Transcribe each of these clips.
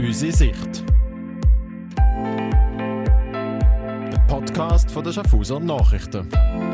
Unsere Sicht. Der Podcast von der Schaffhauser Nachrichten.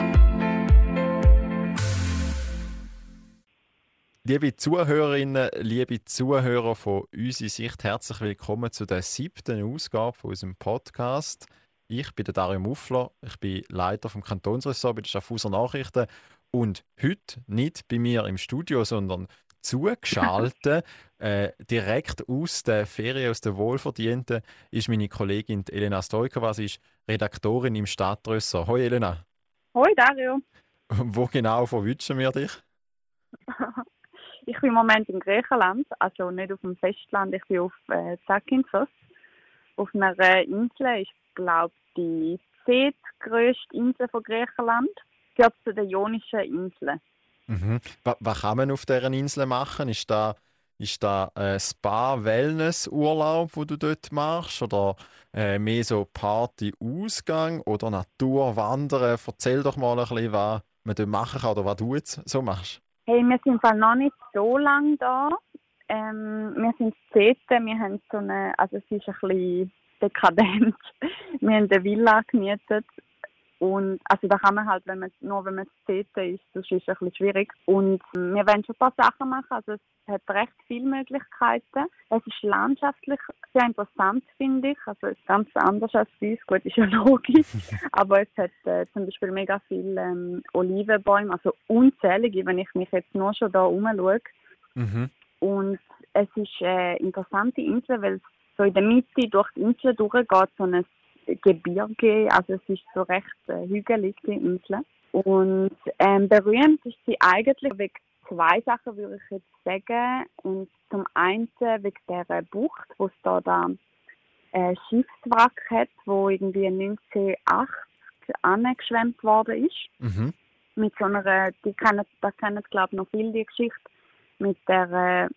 Liebe Zuhörerinnen, liebe Zuhörer von «Unsere Sicht», herzlich willkommen zu der 7. Ausgabe von unserem Podcast. Ich bin der Dario Muffler, ich bin Leiter vom Kantonsressort bei den Schaffhauser Nachrichten und heute nicht bei mir im Studio, sondern zugeschaltet, direkt aus der Ferien, aus der Wohlverdienten, ist meine Kollegin Elena Stojkova. Sie ist Redaktorin im Stadtressort. Hoi Elena. Hoi Dario. Wo genau verwünschen wir dich? Ich bin im Moment in Griechenland, also nicht auf dem Festland, ich bin auf Zakynthos, auf einer Insel. Ich glaube, die zweitgrößte Insel von Griechenland, gehört zu den Ionischen Inseln. Mhm. Was kann man auf dieser Insel machen? Ist da Spa-Wellness-Urlaub, den du dort machst? Oder mehr so Party-Ausgang oder Naturwandern? Erzähl doch mal ein bisschen, was man dort machen kann oder was du jetzt so machst. Hey, wir sind im Fall noch nicht so lange da. Wir sind das 10. Wir haben so eine, also es ist ein bisschen dekadent. Wir haben eine Villa gemietet. Und also da kann man halt, wenn man das 10. ist, sonst ist es ein bisschen schwierig. Und wir wollen schon ein paar Sachen machen. Also es hat recht viele Möglichkeiten. Es ist landschaftlich sehr interessant, finde ich. Also es ist ganz anders als bei uns. Gut, ist ja logisch. Aber es hat zum Beispiel mega viele Olivenbäume, also unzählige, wenn ich mich jetzt nur schon da rumschaue. Mhm. Und es ist eine interessante Insel, weil es so in der Mitte durch die Insel durchgeht, so ein Gebirge, also es ist so recht hügelig, die Insel. Und berühmt ist sie eigentlich wegen zwei Sachen, würde ich jetzt sagen. Und zum einen wegen dieser Bucht, wo es da Schiffswrack hat, wo irgendwie 1980 angeschwemmt worden ist. Mhm. Mit so einer, das kennen glaube ich noch viele, die Geschichte, mit der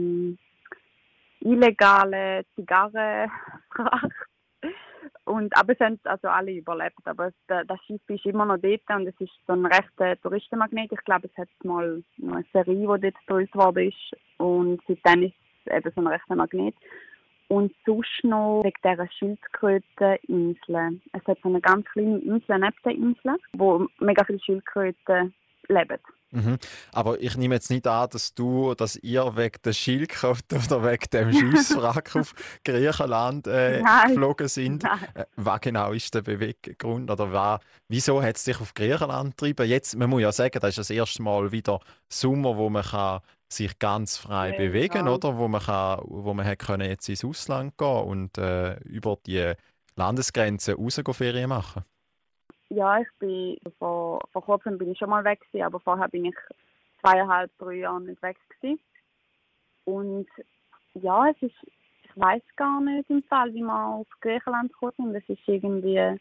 illegalen Zigarrenfracht. Aber es haben also alle überlebt. Aber das Schiff ist immer noch dort und es ist so ein rechter Touristenmagnet. Ich glaube, es hat mal noch eine Serie, die dort gedreht worden ist. Und seitdem ist es eben so ein rechter Magnet. Und sonst noch wegen dieser Schildkröteninsel. Es hat so eine ganz kleine Insel neben der Insel, wo mega viele Schildkröten leben. Mhm. Aber ich nehme jetzt nicht an, dass ihr wegen der Schildkröte oder wegen dem Schiffswrack auf Griechenland geflogen sind. Was genau ist der Beweggrund? Oder wieso hat es dich auf Griechenland getrieben? Jetzt, man muss ja sagen, das ist das erste Mal wieder Sommer, wo man sich ganz frei bewegen kann, oder? Wo man hat können jetzt ins Ausland gehen und über die Landesgrenzen raus Ferien machen. Ja, ich bin vor kurzem bin ich schon mal weg gewesen, aber vorher bin ich 2,5, 3 Jahre nicht weg gewesen. Und ja, ich weiss gar nicht im Fall, wie wir auf Griechenland gekommen sind. Es ist irgendwie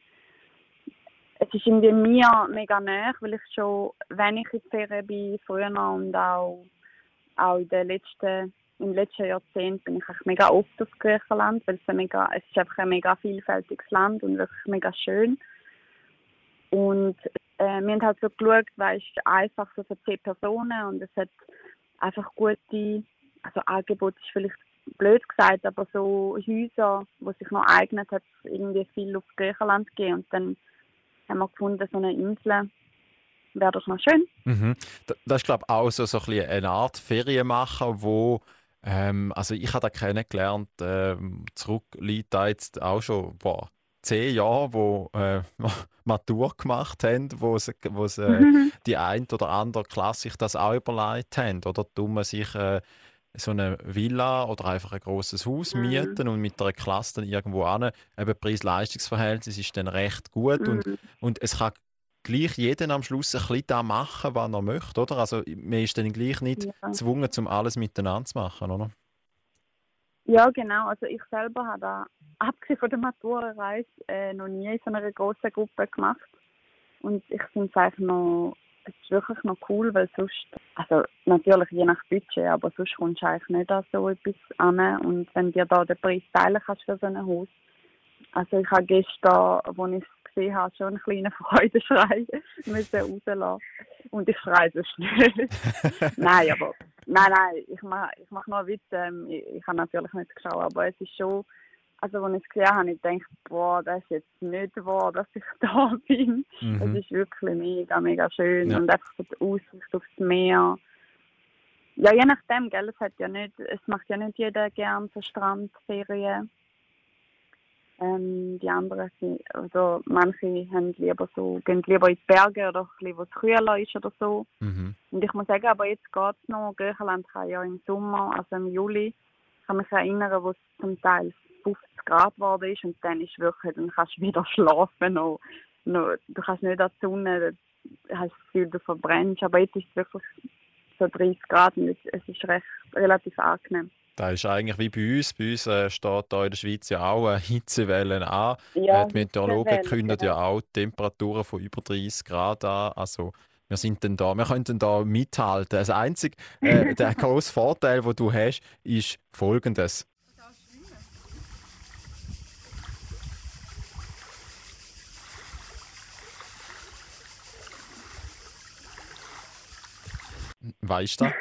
mir mega nahe, weil ich schon, wenn ich in die Ferien bin, früher und auch im letzten Jahrzehnt bin ich mega oft auf Griechenland, weil es ist einfach ein mega vielfältiges Land und wirklich mega schön. Und wir haben halt so geschaut, weil es einfach so für 10 Personen und es hat einfach gute, also Angebot ist vielleicht blöd gesagt, aber so Häuser, die sich noch eignen, hat es irgendwie viel auf Griechenland gegeben. Und dann haben wir gefunden, so eine Insel wäre doch noch schön. Mhm. Das ist, glaube ich, auch so ein bisschen eine Art Ferienmacher, wo also ich habe da kennengelernt, zurückliegt da jetzt auch schon 10 Jahre, wo Matur gemacht haben, wo die ein oder andere Klasse sich das auch überlegt haben. Oder tun man sich so eine Villa oder einfach ein grosses Haus mieten und mit einer Klasse dann irgendwo hin. Eben Preis-Leistungs-Verhältnis ist dann recht gut und es kann gleich jeder am Schluss ein bisschen das machen, was er möchte, oder? Also man ist dann gleich nicht gezwungen, um alles miteinander zu machen, oder? Ja, genau. Also ich selber habe da, abgesehen von der Maturareise, noch nie in so einer grossen Gruppe gemacht. Und ich finde es ist wirklich noch cool, weil sonst, also natürlich je nach Budget, aber sonst kommst du eigentlich nicht an so etwas an. Und wenn dir da den Preis teilen kannst für so ein Haus. Also ich habe gestern, als ich es gesehen habe, schon einen kleinen Freudenschrei müssen rauslassen. Und ich schreie sonst nicht. Nein, aber nein, ich mach nur einen Witz. Ich habe natürlich nicht geschaut, aber es ist schon, also als ich es gesehen habe, ich gedacht, boah, das ist jetzt nicht wahr, dass ich da bin. Es ist wirklich mega, mega schön und einfach so die Aussicht aufs Meer. Ja, je nachdem, gell, es macht ja nicht jeder gern so Strandferien. Die anderen sind, also manche haben gehen lieber in die Berge oder ein bisschen, wo es kühler ist oder so. Und ich muss sagen, aber jetzt geht es noch. Griechenland kann ja im Sommer, also im Juli, ich kann mich erinnern, wo es zum Teil 50 Grad geworden ist und dann ist wirklich, dann kannst du wieder schlafen. Du kannst nicht an die Sonne, du hast das Gefühl, du verbrennst. Aber jetzt ist es wirklich so 30 Grad und es ist relativ angenehm. Das ist eigentlich wie bei uns. Bei uns steht hier in der Schweiz ja auch eine Hitzewelle an. Ja, die Meteorologen Hitzewelle, kündigen genau. ja auch Temperaturen von über 30 Grad an. Also wir können da mithalten. Das einzige, der grosse Vorteil, den du hast, ist folgendes. Weißt du?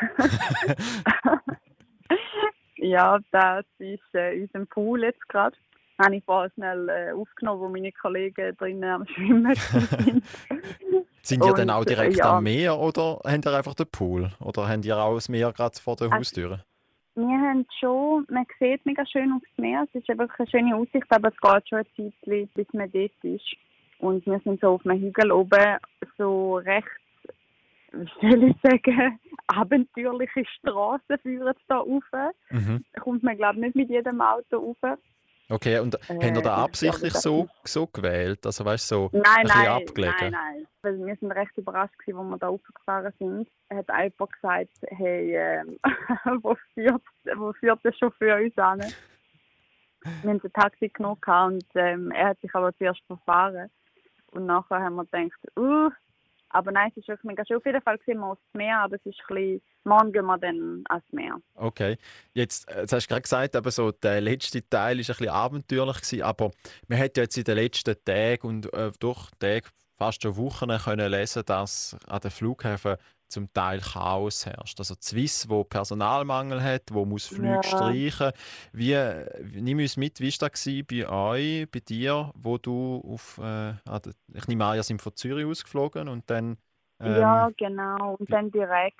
Ja, das ist unser Pool jetzt gerade. Habe ich vorher schnell aufgenommen, wo meine Kollegen drinnen am Schwimmen sind. Sind ihr dann auch Und, direkt ja. am Meer oder habt ihr einfach den Pool? Oder habt ihr auch das Meer gerade vor der Haustür? Wir haben schon, man sieht mega schön aufs Meer. Es ist wirklich eine schöne Aussicht, aber es geht schon ein Zeitchen, bis man dort ist. Und wir sind so auf einem Hügel oben, so recht, wie soll ich sagen, abenteuerliche Straßen führen da rauf. Da kommt man, glaube ich, nicht mit jedem Auto rauf. Okay, und habt ihr da absichtlich so gewählt? Also weißt du, so ein bisschen abgelegen? Nein. Weil wir sind recht überrascht gewesen, als wir da raufgefahren sind. Hat jemand gesagt, hey, wo führt der Chauffeur uns an? Wir haben ein Taxi genommen und er hat sich aber zuerst verfahren. Und nachher haben wir gedacht, aber nein, es ist wirklich mega schön. Auf jeden Fall sehen wir aufs Meer, aber es ist ein bisschen, morgen gehen wir dann ans Meer. Okay, jetzt hast du gerade gesagt, aber so, der letzte Teil war ein bisschen abenteuerlich gewesen, aber man hat ja jetzt in den letzten Tagen und durch Tage, fast schon Wochen können lesen, dass an den Flughäfen zum Teil Chaos herrscht. Also die Swiss, wo Personalmangel hat, wo muss Flüge streichen. Nimm uns mit, wie war das bei euch, bei dir, wo du ich nehme an, ihr seid von Zürich ausgeflogen und dann... ja, genau, und dann direkt.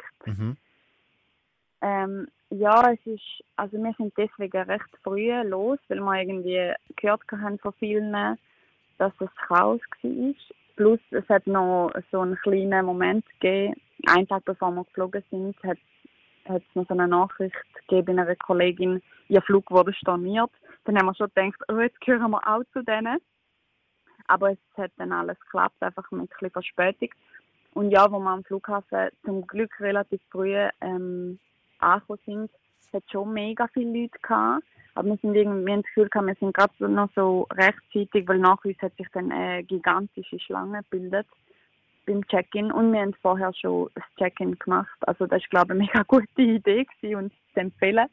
Ja, wir sind deswegen recht früh los, weil wir irgendwie gehört haben von vielen, dass es Chaos war. Plus, es hat noch so einen kleinen Moment gegeben, einen Tag bevor wir geflogen sind, hat es noch so eine Nachricht gegeben einer Kollegin, ihr Flug wurde storniert. Dann haben wir schon gedacht, jetzt gehören wir auch zu denen. Aber es hat dann alles geklappt, einfach mit ein bisschen Verspätung. Und ja, wo wir am Flughafen zum Glück relativ früh angekommen sind, hat schon mega viele Leute gehabt. Aber wir haben das Gefühl gehabt, wir sind gerade noch so rechtzeitig, weil nach uns hat sich dann eine gigantische Schlange gebildet beim Check-in. Und wir haben vorher schon das Check-in gemacht. Also das war, glaube ich, eine mega gute Idee gewesen, uns zu empfehlen.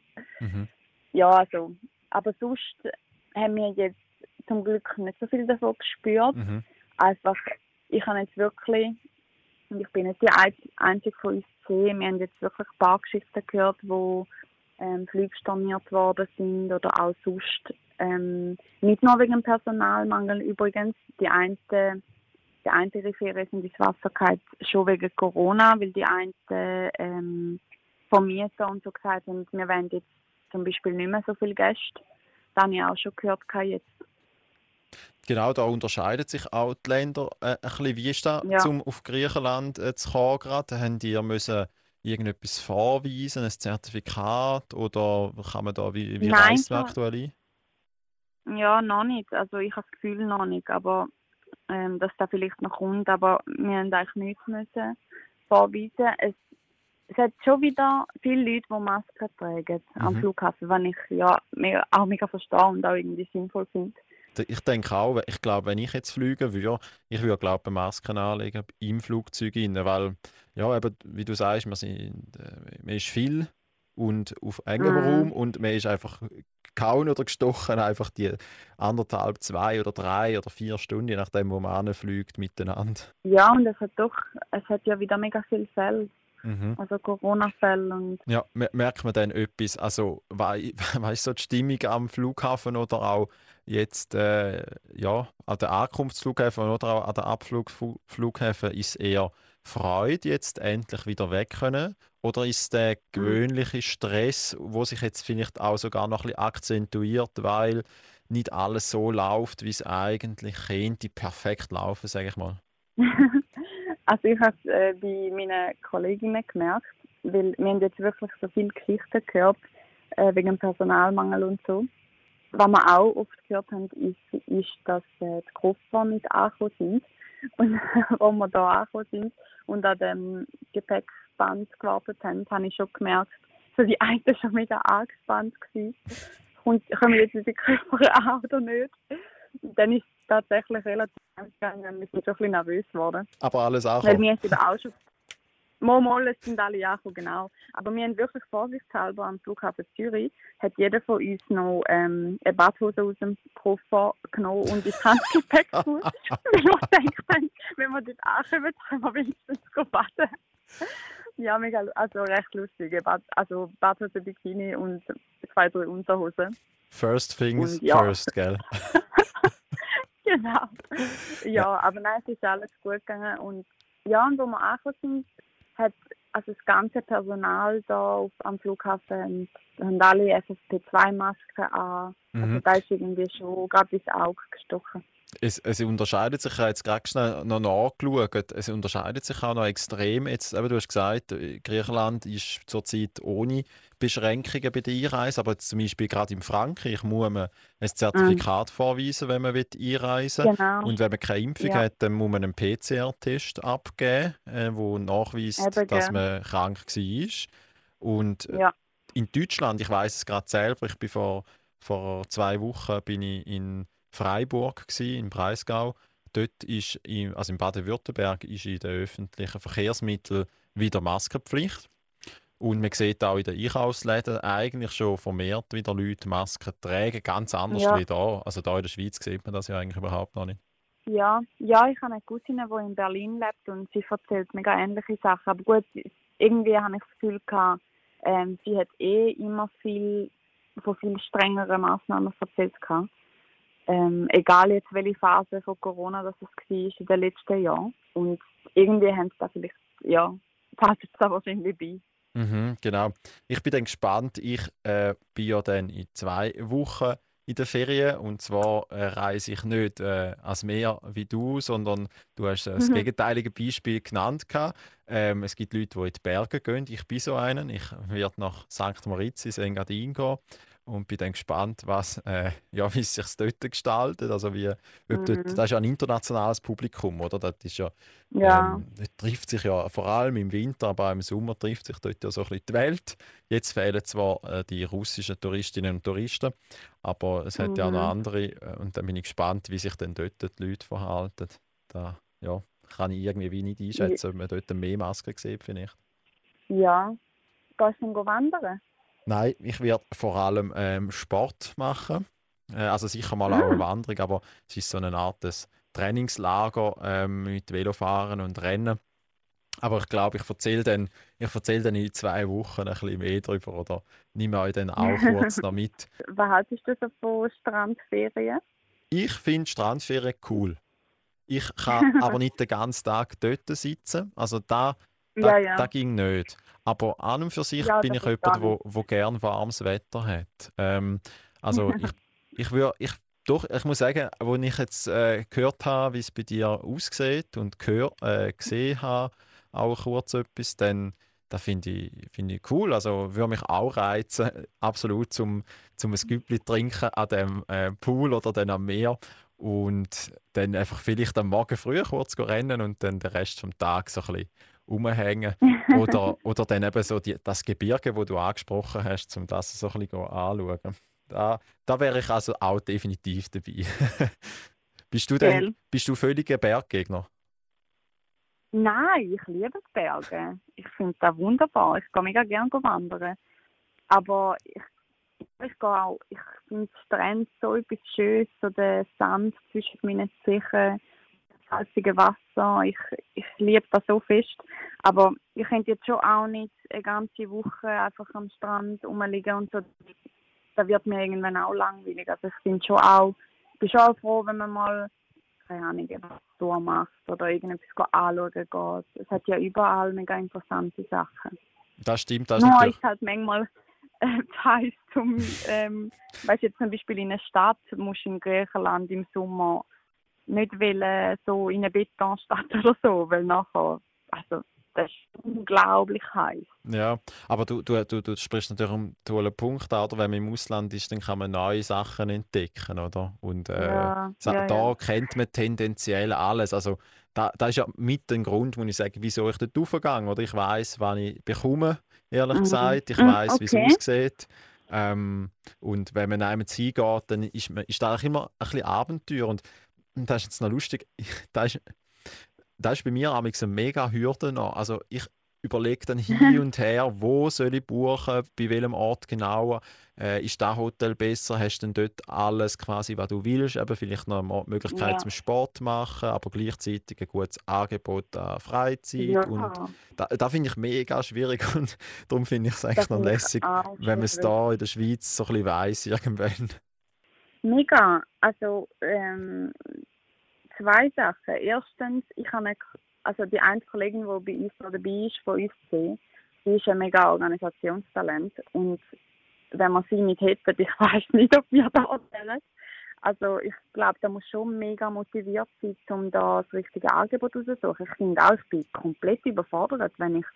Ja, also, aber sonst haben wir jetzt zum Glück nicht so viel davon gespürt. Einfach, ich habe jetzt wirklich, und ich bin nicht die einzige von uns gesehen, wir haben jetzt wirklich ein paar Geschichten gehört, wo Flüge storniert worden sind oder auch sonst. Nicht nur wegen Personalmangel übrigens. Die eine Riffiere sind ins Wasser gefallen, schon wegen Corona, weil die einen Vermieter und so gesagt haben, wir wollen jetzt zum Beispiel nicht mehr so viele Gäste. Das habe ich auch schon gehört jetzt. Genau, da unterscheiden sich auch die Länder ein bisschen. Wie ist das, um auf Griechenland zu kommen gerade? Haben die müssen irgendetwas vorweisen, ein Zertifikat, oder kann man da, wie reist man aktuell ein? Ja, noch nicht. Also ich habe das Gefühl noch nicht, aber dass da vielleicht noch kommt. Aber wir haben eigentlich nichts müssen vorweisen. Es hat schon wieder viele Leute, die Masken tragen am Flughafen, was ich auch mega verstehe und auch irgendwie sinnvoll finde. Ich denke auch, ich glaube, wenn ich jetzt fliegen würde, ich würde, glaube ich, Masken anlegen im Flugzeug rein, weil, ja, eben, wie du sagst, man ist viel und auf engem Raum und man ist einfach gehauen oder gestochen, einfach die 1,5, 2 oder 3 oder 4 Stunden, je nachdem, wo man hinfliegt, miteinander. Ja, und es hat ja wieder mega viele Fälle, Mhm. also Corona-Fälle und Ja, merkt man dann etwas, also weißt du, so die Stimmung am Flughafen oder auch jetzt ja, an den Ankunftsflughäfen oder auch an den Abflugflughäfen, ist eher Freude, jetzt endlich wieder weg können? Oder ist der mm. gewöhnliche Stress, wo sich jetzt vielleicht auch sogar noch ein bisschen akzentuiert, weil nicht alles so läuft, wie es eigentlich könnte, perfekt laufen, sage ich mal? Also ich habe es bei meinen Kolleginnen gemerkt, weil wir haben jetzt wirklich so viele Geschichten gehört, wegen dem Personalmangel und so. Was wir auch oft gehört haben, ist dass die Koffer nicht angekommen sind. Und als wir da angekommen sind und an dem Gepäckband gewartet haben, habe ich schon gemerkt, dass die einen schon mega angespannt waren. Kommen jetzt unsere Koffer an oder nicht? Und dann ist es tatsächlich relativ schnell gegangen. Wir sind schon ein bisschen nervös geworden. Aber alles Weil ankommen. wir es eben auch schon. Mal, es sind alle angekommen, genau. Aber wir haben wirklich vorsichtshalber am Flughafen Zürich, hat jeder von uns noch eine Badhose aus dem Koffer genommen und ins Handgepäck getan. Weil wir gedacht haben, wenn wir dort ankommen, haben wir wenigstens baden. Ja, mega, also recht lustig. Also Badhose, Bikini und 2, 3 Unterhosen. First things Und ja. first, gell? Genau. Ja. Ja, aber nein, es ist alles gut gegangen. Und ja, und wo wir angekommen sind, hat also das ganze Personal da am Flughafen haben alle FFP2-Masken an. Also Mhm. da ist irgendwie schon gerade ins Auge gestochen. Es unterscheidet sich, ich habe jetzt gerade schnell noch nachgeschaut, es unterscheidet sich auch noch extrem. Jetzt, eben, du hast gesagt, Griechenland ist zurzeit ohne Beschränkungen bei der Einreise, aber jetzt zum Beispiel gerade in Frankreich muss man ein Zertifikat vorweisen, wenn man einreisen will. Genau. Und wenn man keine Impfung Ja. hat, dann muss man einen PCR-Test abgeben, der nachweist, Eben, dass gell. man krank war. Und Ja. in Deutschland, ich weiß es gerade selber, ich bin vor 2 Wochen bin ich in Freiburg gsi, im Breisgau. Dort ist, also in Baden-Württemberg, ist in den öffentlichen Verkehrsmitteln wieder Maskenpflicht. Und man sieht auch in den Einkaufsläden eigentlich schon vermehrt wieder Leute Masken tragen, ganz anders Ja. wie da. Also da in der Schweiz sieht man das ja eigentlich überhaupt noch nicht. Ja, ich habe eine Cousine, die in Berlin lebt und sie erzählt mega ähnliche Sachen. Aber gut, irgendwie habe ich das Gefühl gehabt, sie hat immer von viel strengeren Massnahmen erzählt gehabt. Egal jetzt welche Phase von Corona das es war in den letzten Jahren. Und irgendwie haben sie da vielleicht, ja, passt es da wahrscheinlich bei. Mhm, genau. Ich bin dann gespannt. Ich bin ja dann in 2 Wochen in der Ferien. Und zwar reise ich nicht ans Meer wie du, sondern du hast das gegenteilige Beispiel genannt. Es gibt Leute, die in die Berge gehen. Ich bin so einen. Ich werde nach St. Moritz ins Engadin gehen und bin dann gespannt, ja, wie es sich dort gestaltet. Also ob dort, das ist ja ein internationales Publikum, oder? Das ist ja, Ja, dort trifft sich ja vor allem im Winter, aber auch im Sommer trifft sich dort ja so ein bisschen die Welt. Jetzt fehlen zwar die russischen Touristinnen und Touristen, aber es hat ja auch noch andere. Und dann bin ich gespannt, wie sich dann dort die Leute verhalten. Da, ja, kann ich irgendwie wie nicht einschätzen, ob man dort mehr Masken sieht vielleicht. ja. Gehst du denn wandern? Nein, ich werde vor allem Sport machen. Also sicher mal auch eine Wanderung, aber es ist so eine Art des Trainingslager mit Velofahren und Rennen. Aber ich glaube, ich erzähle dann in 2 Wochen ein bisschen mehr darüber oder nehme euch dann auch kurz noch mit. Was haltest du so von Strandferien? Ich finde Strandferien cool. Ich kann aber nicht den ganzen Tag dort sitzen. Also Ja, da ja. ging nicht. Aber an und für sich Ja, bin das ich verstehe jemand, wo gern warmes Wetter hat. Also ich muss sagen, als ich jetzt gehört habe, wie es bei dir aussieht und gesehen habe, auch kurz etwas, dann das finde ich cool. Also würde mich auch reizen, absolut zum ein Güppli trinken an dem Pool oder dann am Meer und dann einfach vielleicht am Morgen früh kurz rennen und dann den Rest vom Tag so ein bisschen rumhängen. Oder dann eben so das Gebirge, wo du angesprochen hast, um das so ein bisschen anschauen. Da wäre ich also auch definitiv dabei. Gell? Bist du völliger Berggegner? Nein, ich liebe die Berge. Ich finde das wunderbar. Ich gehe mega gerne wandern. Aber ich Ich finde Strände so etwas Schönes, so der Sand zwischen meinen Zehen, das salzige Wasser. Ich liebe das so fest. Aber ich könnte jetzt schon auch nicht eine ganze Woche einfach am Strand rumliegen und so. Da wird mir irgendwann auch langweilig. Also ich bin schon auch froh, wenn man mal, keine Ahnung, etwas durchmacht oder irgendetwas anschauen geht. Es hat ja überall mega interessante Sachen. Das stimmt, das ist Nur natürlich. ist halt manchmal heiß weißt du, jetzt zum Beispiel in einer Stadt, musst du in Griechenland im Sommer nicht wollen, so in eine Betonstadt oder so, weil nachher, also das ist unglaublich heiß. Ja, aber du sprichst natürlich einen tollen Punkt an, oder? Wenn man im Ausland ist, dann kann man neue Sachen entdecken, oder? Und Ja, ja, da ja. kennt man tendenziell alles. Also da ist ja mit ein Grund, wo ich sage, wieso ich dort raufgehe, oder? Ich weiß, wann ich bekomme, ehrlich Mhm. gesagt. Ich weiß, wie es Okay. aussieht. Und wenn man einmal hingeht, dann ist da auch immer ein bisschen Abenteuer. Und das ist jetzt noch lustig. Das ist bei mir amigs eine mega Hürde noch. Also ich überlege dann hin und her, wo soll ich buchen, bei welchem Ort genau, ist das Hotel besser, hast du denn dort alles quasi, was du willst, eben vielleicht noch eine Möglichkeit Ja. zum Sport machen, aber gleichzeitig ein gutes Angebot an Freizeit und Ja, da finde ich mega schwierig und darum finde ich es eigentlich das noch finde ich lässig, auch wenn man es schwierig. da in der Schweiz so ein bisschen weiss irgendwann. Mega. Also, zwei Sachen. Erstens, also die eine Kollegin, die bei uns noch dabei ist, von uns zwei, die ist ein mega Organisationstalent. Und wenn wir sie nicht hätten, ich weiß nicht, ob wir da wären. Also ich glaube, da muss schon mega motiviert sein, um da das richtige Angebot rauszusuchen. Ich finde auch, ich bin komplett überfordert,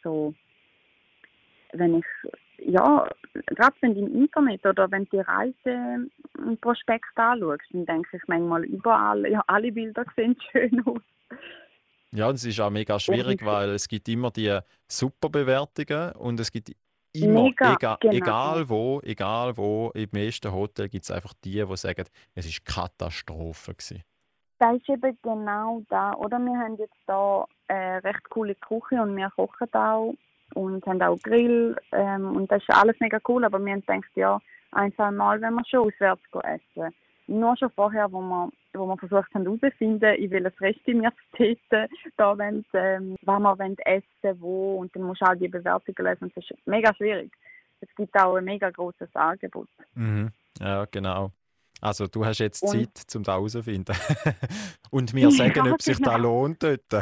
ja, gerade wenn du im Internet oder wenn du die Reiseprospekte anschaust, dann denke ich manchmal überall, ja, alle Bilder sehen schön aus. Ja, und es ist auch mega Und schwierig, weil es gibt immer die Superbewertungen und es gibt immer, mega, genau. egal wo, im meisten Hotel gibt es einfach die sagen, es ist Katastrophe gewesen. Das ist eben genau da, oder? Wir haben jetzt da eine recht coole Küche und wir kochen auch und haben auch Grill und das ist alles mega cool, aber wir haben gedacht, ja, ein, zwei Mal, wenn wir schon auswärts gehen essen. Nur schon vorher, wo wir versucht haben herauszufinden, in welches Restaurant wir dort da wollen, wann wir wollen essen, wo und dann musst du auch die Bewertungen lesen und das ist mega schwierig. Es gibt auch ein mega grosses Angebot. Mhm. Ja, genau. Also du hast jetzt Und Zeit, um da herauszufinden. Und mir sagen, ja, ob sich das genau. lohnt dort.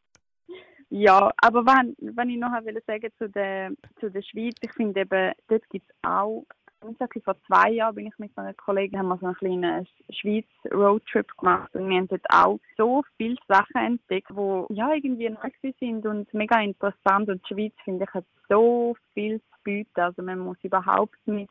Ja, aber wenn ich noch will sagen zu der Schweiz, ich finde eben, dort gibt es auch, ich sage, vor 2 Jahren bin ich mit meiner Kollegin, haben wir so einen kleinen Schweiz-Roadtrip gemacht und wir haben dort auch so viele Sachen entdeckt, die ja irgendwie neu sind und mega interessant und die Schweiz, finde ich, hat so viel zu bieten, also man muss überhaupt nicht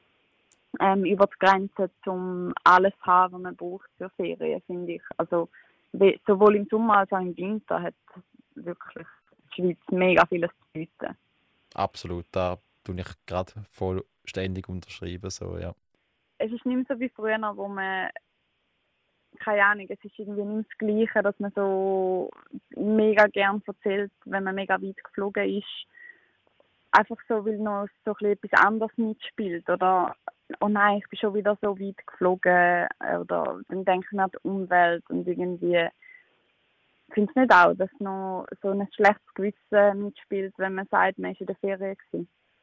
über die Grenze, um alles zu haben, was man braucht für Ferien, finde ich. Also sowohl im Sommer als auch im Winter hat wirklich die Schweiz mega vieles zu bieten. Absolut, da tue ich gerade vollständig unterschreiben. So, ja. Es ist nicht mehr so wie früher, wo man, keine Ahnung, es ist irgendwie nicht mehr das Gleiche, dass man so mega gern erzählt, wenn man mega weit geflogen ist. Einfach so, weil noch so etwas anderes mitspielt. Oder, oh nein, ich bin schon wieder so weit geflogen. Oder dann denke ich an die Umwelt und irgendwie. Ich finde es nicht auch, dass noch so ein schlechtes Gewissen mitspielt, wenn man sagt, man ist in der Ferien gewesen.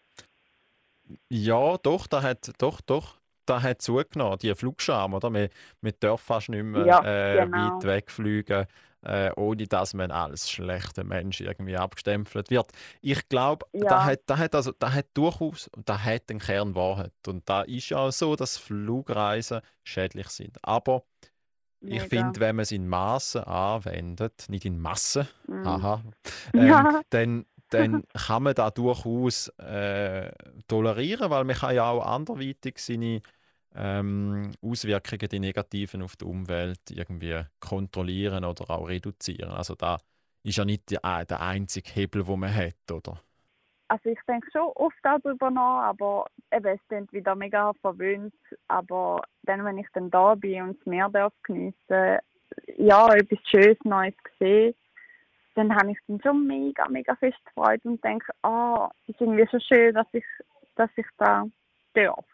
Ja, doch, da hat zugenommen, die Flugscham, oder? Man darf fast nicht mehr Ja, weit genau. wegfliegen, ohne dass man als schlechter Mensch irgendwie abgestempelt wird. Ich glaube, Ja, da hat durchaus, da hat einen Kern Wahrheit. Und da ist ja auch so, dass Flugreisen schädlich sind. Aber ich mega. finde, wenn man es in Maßen anwendet, nicht in Massen, Mm. haha, Ja, dann kann man da durchaus tolerieren, weil man kann ja auch anderweitig seine Auswirkungen, die negativen auf die Umwelt irgendwie kontrollieren oder auch reduzieren. Also da ist ja nicht der einzige Hebel, den man hat, oder? also ich denke schon oft darüber nach, aber eben, es klingt wieder mega verwöhnt. Aber dann, wenn ich dann da bin und das Meer darf geniessen, ja, etwas Schönes, Neues gesehen, dann habe ich dann schon mega, mega fest Freude und denke, es ist irgendwie so schön, dass ich da darf.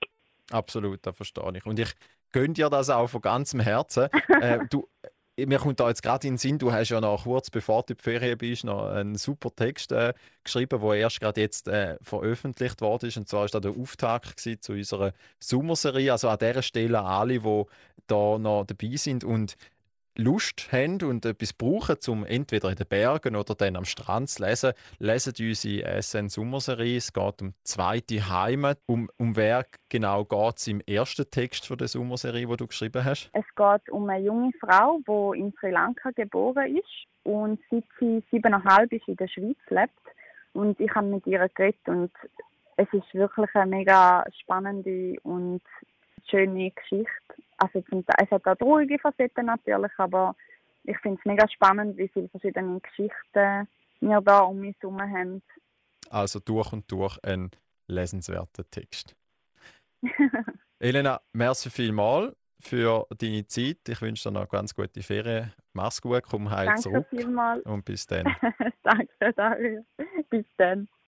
Absolut, das verstehe ich. Und ich gönne dir das auch von ganzem Herzen. Mir kommt da jetzt gerade in den Sinn, du hast ja noch kurz bevor du in die Ferien bist, noch einen super Text geschrieben, der erst gerade jetzt veröffentlicht worden ist. Und zwar war das der Auftakt gewesen zu unserer Sommerserie. Also an dieser Stelle an alle, die da noch dabei sind und Lust haben und etwas brauchen, um entweder in den Bergen oder dann am Strand zu lesen, lesen unsere SN Sommerserie. Es geht um die zweite Heimat. Um wer genau geht es im ersten Text von der Sommerserie, die du geschrieben hast? Es geht um eine junge Frau, die in Sri Lanka geboren ist und seit sie 7,5 ist in der Schweiz lebt. Und ich habe mit ihr geredet und es ist wirklich eine mega spannende und schöne Geschichte. Also es hat auch traurige Facetten natürlich, aber ich finde es mega spannend, wie viele verschiedene Geschichten wir da um uns herum haben. Also durch und durch ein lesenswerter Text. Elena, merci vielmals für deine Zeit. Ich wünsche dir noch ganz gute Ferien. Mach's gut, komm heil zurück. Danke vielmals. Und bis dann. Danke, Dario. Bis dann.